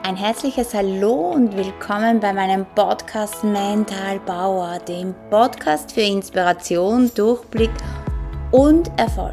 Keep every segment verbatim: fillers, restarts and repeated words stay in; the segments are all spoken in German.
Ein herzliches Hallo und willkommen bei meinem Podcast Mental Power, dem Podcast für Inspiration, Durchblick und Erfolg.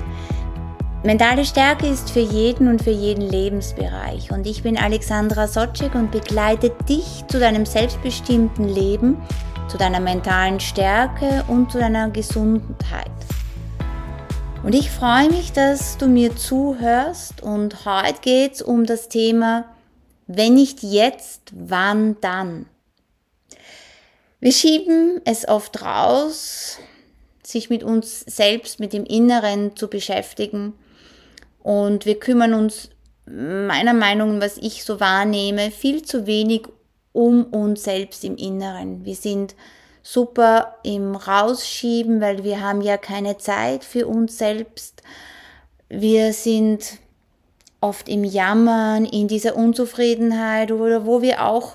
Mentale Stärke ist für jeden und für jeden Lebensbereich und ich bin Alexandra Socek und begleite dich zu deinem selbstbestimmten Leben, zu deiner mentalen Stärke und zu deiner Gesundheit. Und ich freue mich, dass du mir zuhörst und heute geht es um das Thema wenn nicht jetzt, wann dann? Wir schieben es oft raus, sich mit uns selbst, mit dem Inneren zu beschäftigen. Und wir kümmern uns, meiner Meinung nach, was ich so wahrnehme, viel zu wenig um uns selbst im Inneren. Wir sind super im Rausschieben, weil wir haben ja keine Zeit für uns selbst. Wir sind oft im Jammern, in dieser Unzufriedenheit oder wo wir auch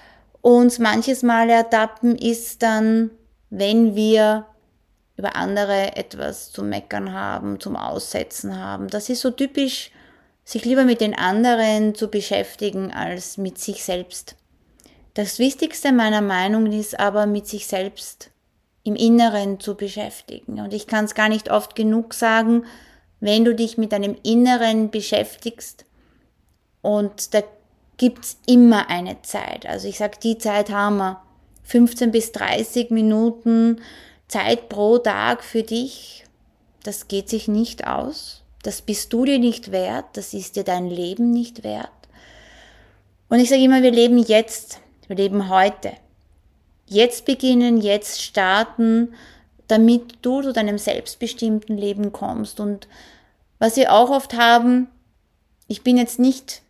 uns manches Mal ertappen, ist dann, wenn wir über andere etwas zu meckern haben, zum Aussetzen haben. Das ist so typisch, sich lieber mit den anderen zu beschäftigen als mit sich selbst. Das Wichtigste meiner Meinung nach ist aber, mit sich selbst im Inneren zu beschäftigen. Und ich kann es gar nicht oft genug sagen, wenn du dich mit deinem Inneren beschäftigst, und da gibt's immer eine Zeit. Also ich sage, die Zeit haben wir. fünfzehn bis dreißig Minuten Zeit pro Tag für dich. Das geht sich nicht aus. Das bist du dir nicht wert. Das ist dir dein Leben nicht wert. Und ich sage immer, wir leben jetzt. Wir leben heute. Jetzt beginnen, jetzt starten, damit du zu deinem selbstbestimmten Leben kommst. Und was wir auch oft haben, ich bin jetzt nicht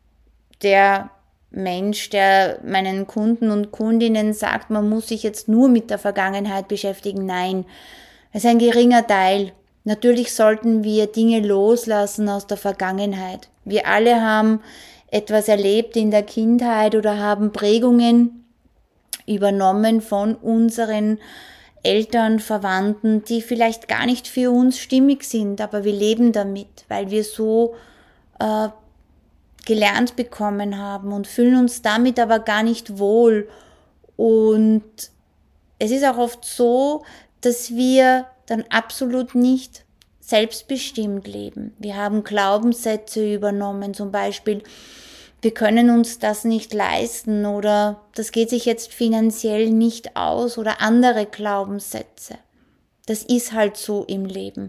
der Mensch, der meinen Kunden und Kundinnen sagt, man muss sich jetzt nur mit der Vergangenheit beschäftigen. Nein, es ist ein geringer Teil. Natürlich sollten wir Dinge loslassen aus der Vergangenheit. Wir alle haben etwas erlebt in der Kindheit oder haben Prägungen übernommen von unseren Eltern, Verwandten, die vielleicht gar nicht für uns stimmig sind, aber wir leben damit, weil wir so äh, gelernt bekommen haben und fühlen uns damit aber gar nicht wohl. Und es ist auch oft so, dass wir dann absolut nicht selbstbestimmt leben. Wir haben Glaubenssätze übernommen, zum Beispiel, wir können uns das nicht leisten oder das geht sich jetzt finanziell nicht aus oder andere Glaubenssätze. Das ist halt so im Leben.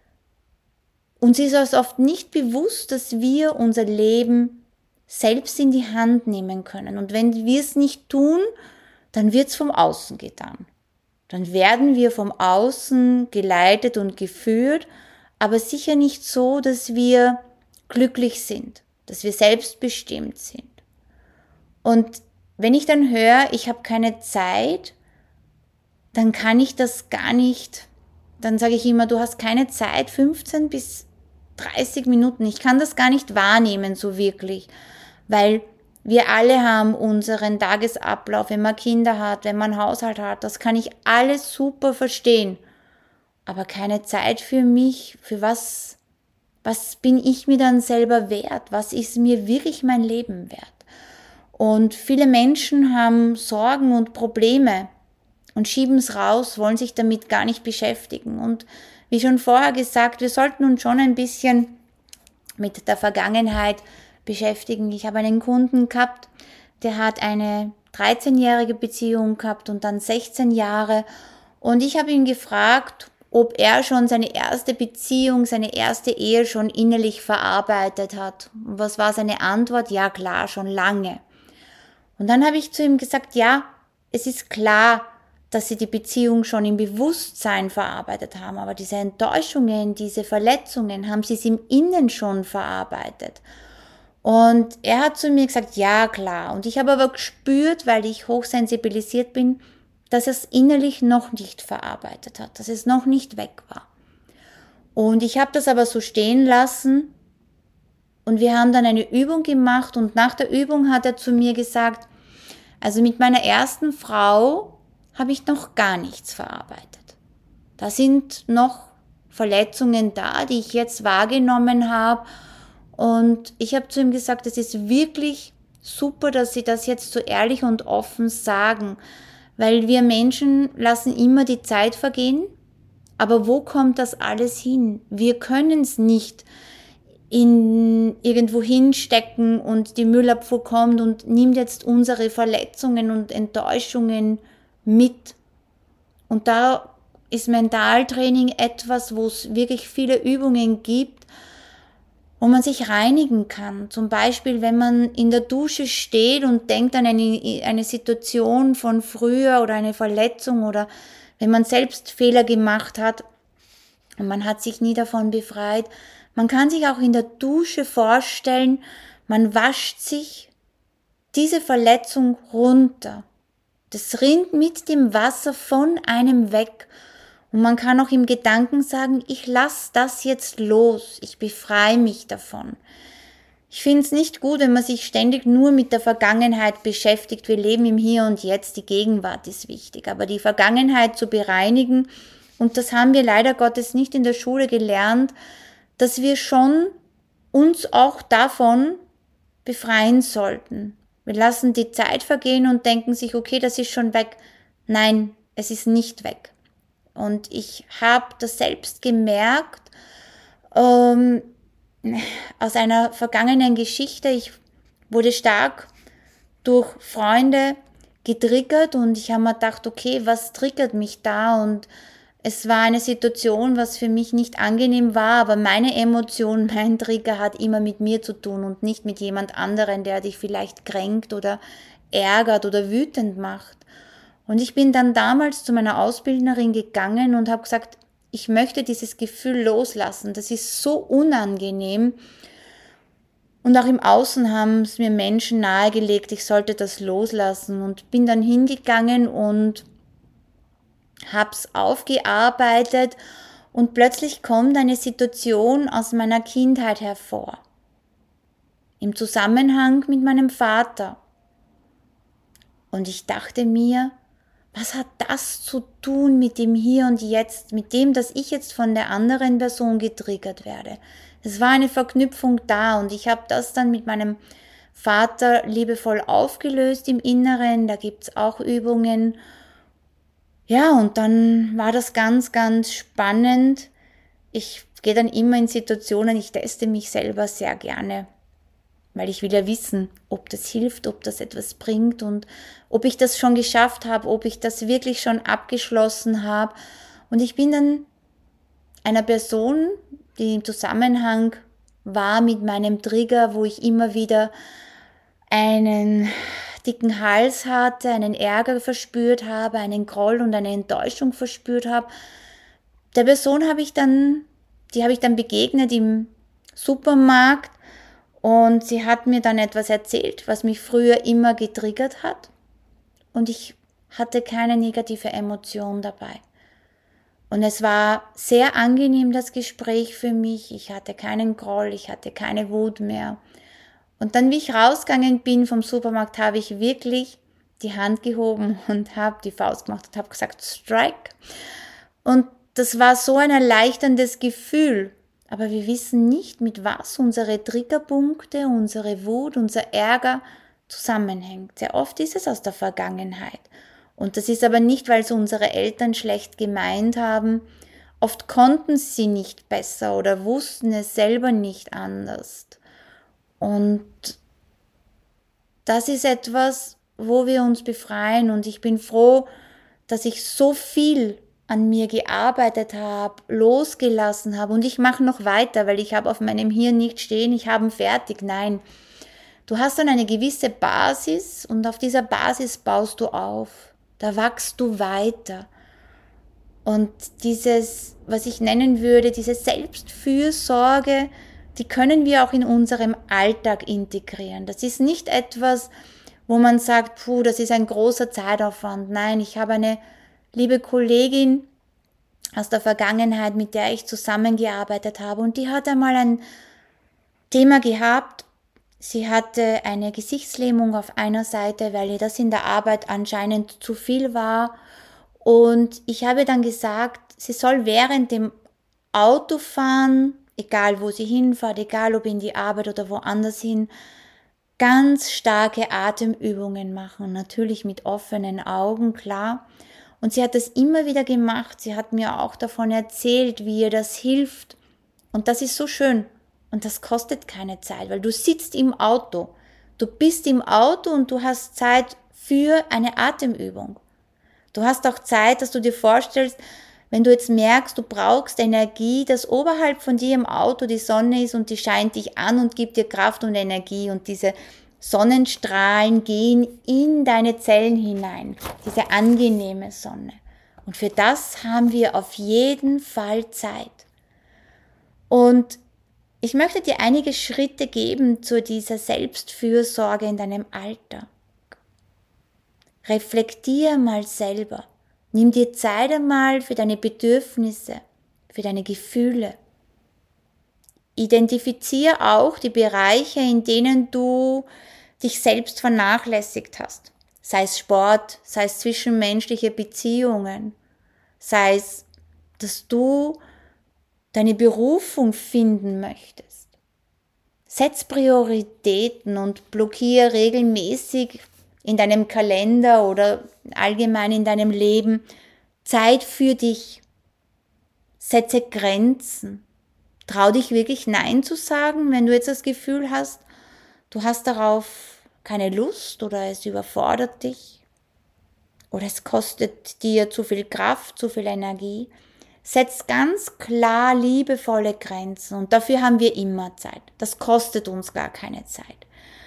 Uns ist es oft nicht bewusst, dass wir unser Leben selbst in die Hand nehmen können. Und wenn wir es nicht tun, dann wird es vom Außen getan. Dann werden wir vom Außen geleitet und geführt, aber sicher nicht so, dass wir glücklich sind, dass wir selbstbestimmt sind. Und wenn ich dann höre, ich habe keine Zeit, dann kann ich das gar nicht, dann sage ich immer, du hast keine Zeit, fünfzehn bis dreißig Minuten, ich kann das gar nicht wahrnehmen so wirklich, weil wir alle haben unseren Tagesablauf, wenn man Kinder hat, wenn man einen Haushalt hat, das kann ich alles super verstehen, aber keine Zeit für mich, für was Was bin ich mir dann selber wert? Was ist mir wirklich mein Leben wert? Und viele Menschen haben Sorgen und Probleme und schieben es raus, wollen sich damit gar nicht beschäftigen. Und wie schon vorher gesagt, wir sollten uns schon ein bisschen mit der Vergangenheit beschäftigen. Ich habe einen Kunden gehabt, der hat eine dreizehnjährige Beziehung gehabt und dann sechzehn Jahre. Und ich habe ihn gefragt, ob er schon seine erste Beziehung, seine erste Ehe schon innerlich verarbeitet hat. Und was war seine Antwort? Ja, klar, schon lange. Und dann habe ich zu ihm gesagt, ja, es ist klar, dass sie die Beziehung schon im Bewusstsein verarbeitet haben, aber diese Enttäuschungen, diese Verletzungen, haben sie im Innen schon verarbeitet. Und er hat zu mir gesagt, ja, klar. Und ich habe aber gespürt, weil ich hochsensibilisiert bin, dass er es innerlich noch nicht verarbeitet hat, dass es noch nicht weg war. Und ich habe das aber so stehen lassen und wir haben dann eine Übung gemacht und nach der Übung hat er zu mir gesagt, also mit meiner ersten Frau habe ich noch gar nichts verarbeitet. Da sind noch Verletzungen da, die ich jetzt wahrgenommen habe und ich habe zu ihm gesagt, es ist wirklich super, dass Sie das jetzt so ehrlich und offen sagen, weil wir Menschen lassen immer die Zeit vergehen, aber wo kommt das alles hin? Wir können es nicht in irgendwo hinstecken und die Müllabfuhr kommt und nimmt jetzt unsere Verletzungen und Enttäuschungen mit. Und da ist Mentaltraining etwas, wo es wirklich viele Übungen gibt, wo man sich reinigen kann. Zum Beispiel, wenn man in der Dusche steht und denkt an eine, eine Situation von früher oder eine Verletzung oder wenn man selbst Fehler gemacht hat und man hat sich nie davon befreit. Man kann sich auch in der Dusche vorstellen, man wascht sich diese Verletzung runter. Das rinnt mit dem Wasser von einem weg. Und man kann auch im Gedanken sagen, ich lasse das jetzt los, ich befreie mich davon. Ich finde es nicht gut, wenn man sich ständig nur mit der Vergangenheit beschäftigt. Wir leben im Hier und Jetzt, die Gegenwart ist wichtig. Aber die Vergangenheit zu bereinigen, und das haben wir leider Gottes nicht in der Schule gelernt, dass wir schon uns auch davon befreien sollten. Wir lassen die Zeit vergehen und denken sich, okay, das ist schon weg. Nein, es ist nicht weg. Und ich habe das selbst gemerkt, ähm, aus einer vergangenen Geschichte. Ich wurde stark durch Freunde getriggert und ich habe mir gedacht, okay, was triggert mich da? Und es war eine Situation, was für mich nicht angenehm war, aber meine Emotion, mein Trigger hat immer mit mir zu tun und nicht mit jemand anderen, der dich vielleicht kränkt oder ärgert oder wütend macht. Und ich bin dann damals zu meiner Ausbildnerin gegangen und habe gesagt, ich möchte dieses Gefühl loslassen. Das ist so unangenehm. Und auch im Außen haben es mir Menschen nahegelegt, ich sollte das loslassen. Und bin dann hingegangen und habe es aufgearbeitet. Und plötzlich kommt eine Situation aus meiner Kindheit hervor. Im Zusammenhang mit meinem Vater. Und ich dachte mir, was hat das zu tun mit dem Hier und Jetzt, mit dem, dass ich jetzt von der anderen Person getriggert werde? Es war eine Verknüpfung da und ich habe das dann mit meinem Vater liebevoll aufgelöst im Inneren, da gibt's auch Übungen. Ja, und dann war das ganz, ganz spannend. Ich gehe dann immer in Situationen, ich teste mich selber sehr gerne, weil ich will ja wissen, ob das hilft, ob das etwas bringt und ob ich das schon geschafft habe, ob ich das wirklich schon abgeschlossen habe. Und ich bin dann einer Person, die im Zusammenhang war mit meinem Trigger, wo ich immer wieder einen dicken Hals hatte, einen Ärger verspürt habe, einen Groll und eine Enttäuschung verspürt habe. Der Person habe ich dann, die habe ich dann begegnet im Supermarkt. Und sie hat mir dann etwas erzählt, was mich früher immer getriggert hat. Und ich hatte keine negative Emotion dabei. Und es war sehr angenehm, das Gespräch für mich. Ich hatte keinen Groll, ich hatte keine Wut mehr. Und dann, wie ich rausgegangen bin vom Supermarkt, habe ich wirklich die Hand gehoben und habe die Faust gemacht und habe gesagt, Strike. Und das war so ein erleichterndes Gefühl. Aber wir wissen nicht, mit was unsere Triggerpunkte, unsere Wut, unser Ärger zusammenhängt. Sehr oft ist es aus der Vergangenheit. Und das ist aber nicht, weil es unsere Eltern schlecht gemeint haben. Oft konnten sie nicht besser oder wussten es selber nicht anders. Und das ist etwas, wo wir uns befreien. Und ich bin froh, dass ich so viel an mir gearbeitet habe, losgelassen habe und ich mache noch weiter, weil ich habe auf meinem Hirn nicht stehen, ich habe ihn fertig. Nein, du hast dann eine gewisse Basis und auf dieser Basis baust du auf, da wachst du weiter. Und dieses, was ich nennen würde, diese Selbstfürsorge, die können wir auch in unserem Alltag integrieren. Das ist nicht etwas, wo man sagt, puh, das ist ein großer Zeitaufwand. Nein, ich habe eine liebe Kollegin aus der Vergangenheit, mit der ich zusammengearbeitet habe und die hat einmal ein Thema gehabt. Sie hatte eine Gesichtslähmung auf einer Seite, weil ihr das in der Arbeit anscheinend zu viel war und ich habe dann gesagt, sie soll während dem Autofahren, egal wo sie hinfährt, egal ob in die Arbeit oder woanders hin, ganz starke Atemübungen machen, natürlich mit offenen Augen, klar. Und sie hat das immer wieder gemacht. Sie hat mir auch davon erzählt, wie ihr das hilft. Und das ist so schön. Und das kostet keine Zeit, weil du sitzt im Auto. Du bist im Auto und du hast Zeit für eine Atemübung. Du hast auch Zeit, dass du dir vorstellst, wenn du jetzt merkst, du brauchst Energie, dass oberhalb von dir im Auto die Sonne ist und die scheint dich an und gibt dir Kraft und Energie und diese Sonnenstrahlen gehen in deine Zellen hinein, diese angenehme Sonne. Und für das haben wir auf jeden Fall Zeit. Und ich möchte dir einige Schritte geben zu dieser Selbstfürsorge in deinem Alltag. Reflektiere mal selber. Nimm dir Zeit einmal für deine Bedürfnisse, für deine Gefühle. Identifiziere auch die Bereiche, in denen du dich selbst vernachlässigt hast. Sei es Sport, sei es zwischenmenschliche Beziehungen, sei es, dass du deine Berufung finden möchtest. Setz Prioritäten und blockiere regelmäßig in deinem Kalender oder allgemein in deinem Leben Zeit für dich. Setze Grenzen. Trau dich wirklich Nein zu sagen, wenn du jetzt das Gefühl hast, du hast darauf keine Lust oder es überfordert dich oder es kostet dir zu viel Kraft, zu viel Energie. Setz ganz klar liebevolle Grenzen und dafür haben wir immer Zeit. Das kostet uns gar keine Zeit.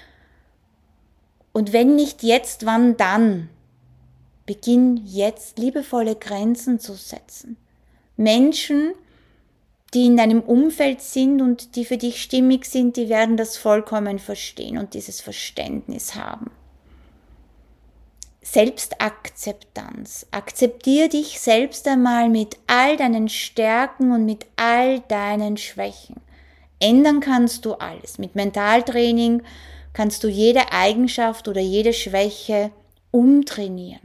Und wenn nicht jetzt, wann dann? Beginn jetzt liebevolle Grenzen zu setzen. Menschen, die in deinem Umfeld sind und die für dich stimmig sind, die werden das vollkommen verstehen und dieses Verständnis haben. Selbstakzeptanz. Akzeptiere dich selbst einmal mit all deinen Stärken und mit all deinen Schwächen. Ändern kannst du alles. Mit Mentaltraining kannst du jede Eigenschaft oder jede Schwäche umtrainieren.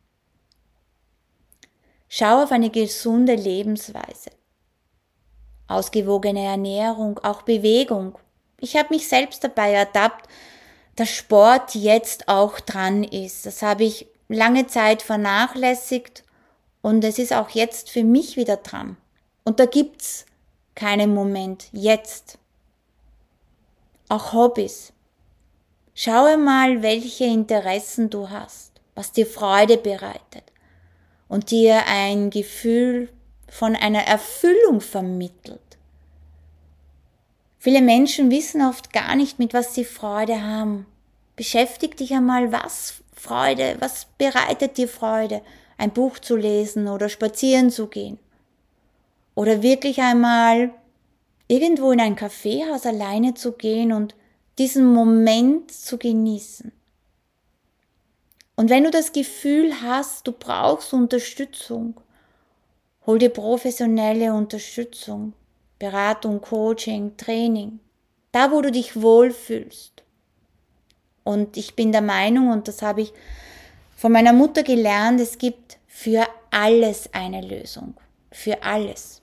Schau auf eine gesunde Lebensweise. Ausgewogene Ernährung, auch Bewegung. Ich habe mich selbst dabei ertappt, dass Sport jetzt auch dran ist. Das habe ich lange Zeit vernachlässigt und es ist auch jetzt für mich wieder dran. Und da gibt's keinen Moment, jetzt. Auch Hobbys. Schaue mal, welche Interessen du hast, was dir Freude bereitet und dir ein Gefühl von einer Erfüllung vermittelt. Viele Menschen wissen oft gar nicht, mit was sie Freude haben. Beschäftig dich einmal, was Freude, was bereitet dir Freude? Ein Buch zu lesen oder spazieren zu gehen. Oder wirklich einmal irgendwo in ein Kaffeehaus alleine zu gehen und diesen Moment zu genießen. Und wenn du das Gefühl hast, du brauchst Unterstützung, hol dir professionelle Unterstützung, Beratung, Coaching, Training, da wo du dich wohlfühlst. Und ich bin der Meinung, und das habe ich von meiner Mutter gelernt, es gibt für alles eine Lösung, für alles.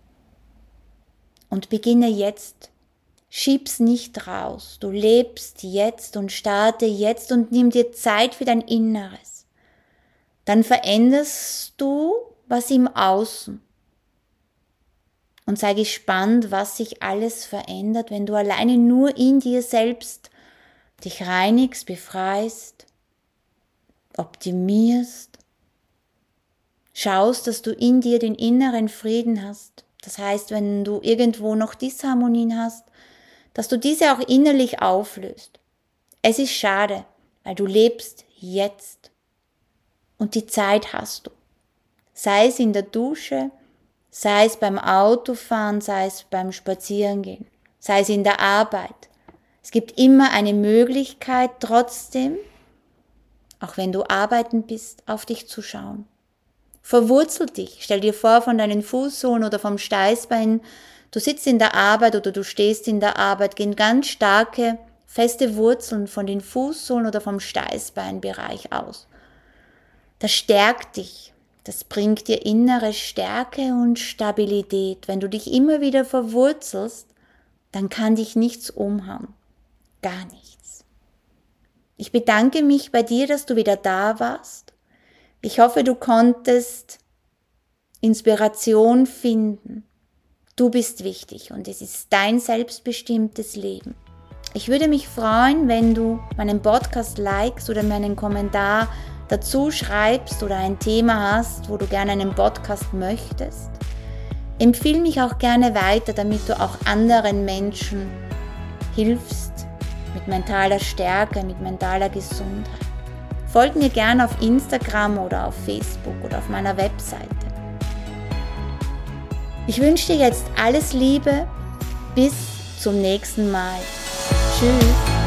Und beginne jetzt. Schieb's nicht raus. Du lebst jetzt und starte jetzt und nimm dir Zeit für dein Inneres. Dann veränderst du was im Außen. Und sei gespannt, was sich alles verändert, wenn du alleine nur in dir selbst dich reinigst, befreist, optimierst, schaust, dass du in dir den inneren Frieden hast. Das heißt, wenn du irgendwo noch Disharmonien hast, dass du diese auch innerlich auflöst. Es ist schade, weil du lebst jetzt und die Zeit hast du. Sei es in der Dusche, sei es beim Autofahren, sei es beim Spazierengehen, sei es in der Arbeit. Es gibt immer eine Möglichkeit, trotzdem, auch wenn du arbeiten bist, auf dich zu schauen. Verwurzel dich, stell dir vor, von deinen Fußsohlen oder vom Steißbein, du sitzt in der Arbeit oder du stehst in der Arbeit, gehen ganz starke, feste Wurzeln von den Fußsohlen oder vom Steißbeinbereich aus. Das stärkt dich, das bringt dir innere Stärke und Stabilität. Wenn du dich immer wieder verwurzelst, dann kann dich nichts umhauen, gar nichts. Ich bedanke mich bei dir, dass du wieder da warst. Ich hoffe, du konntest Inspiration finden. Du bist wichtig und es ist dein selbstbestimmtes Leben. Ich würde mich freuen, wenn du meinen Podcast likest oder mir einen Kommentar dazu schreibst oder ein Thema hast, wo du gerne einen Podcast möchtest. Empfehle mich auch gerne weiter, damit du auch anderen Menschen hilfst mit mentaler Stärke, mit mentaler Gesundheit. Folg mir gerne auf Instagram oder auf Facebook oder auf meiner Webseite. Ich wünsche dir jetzt alles Liebe. Bis zum nächsten Mal. Tschüss.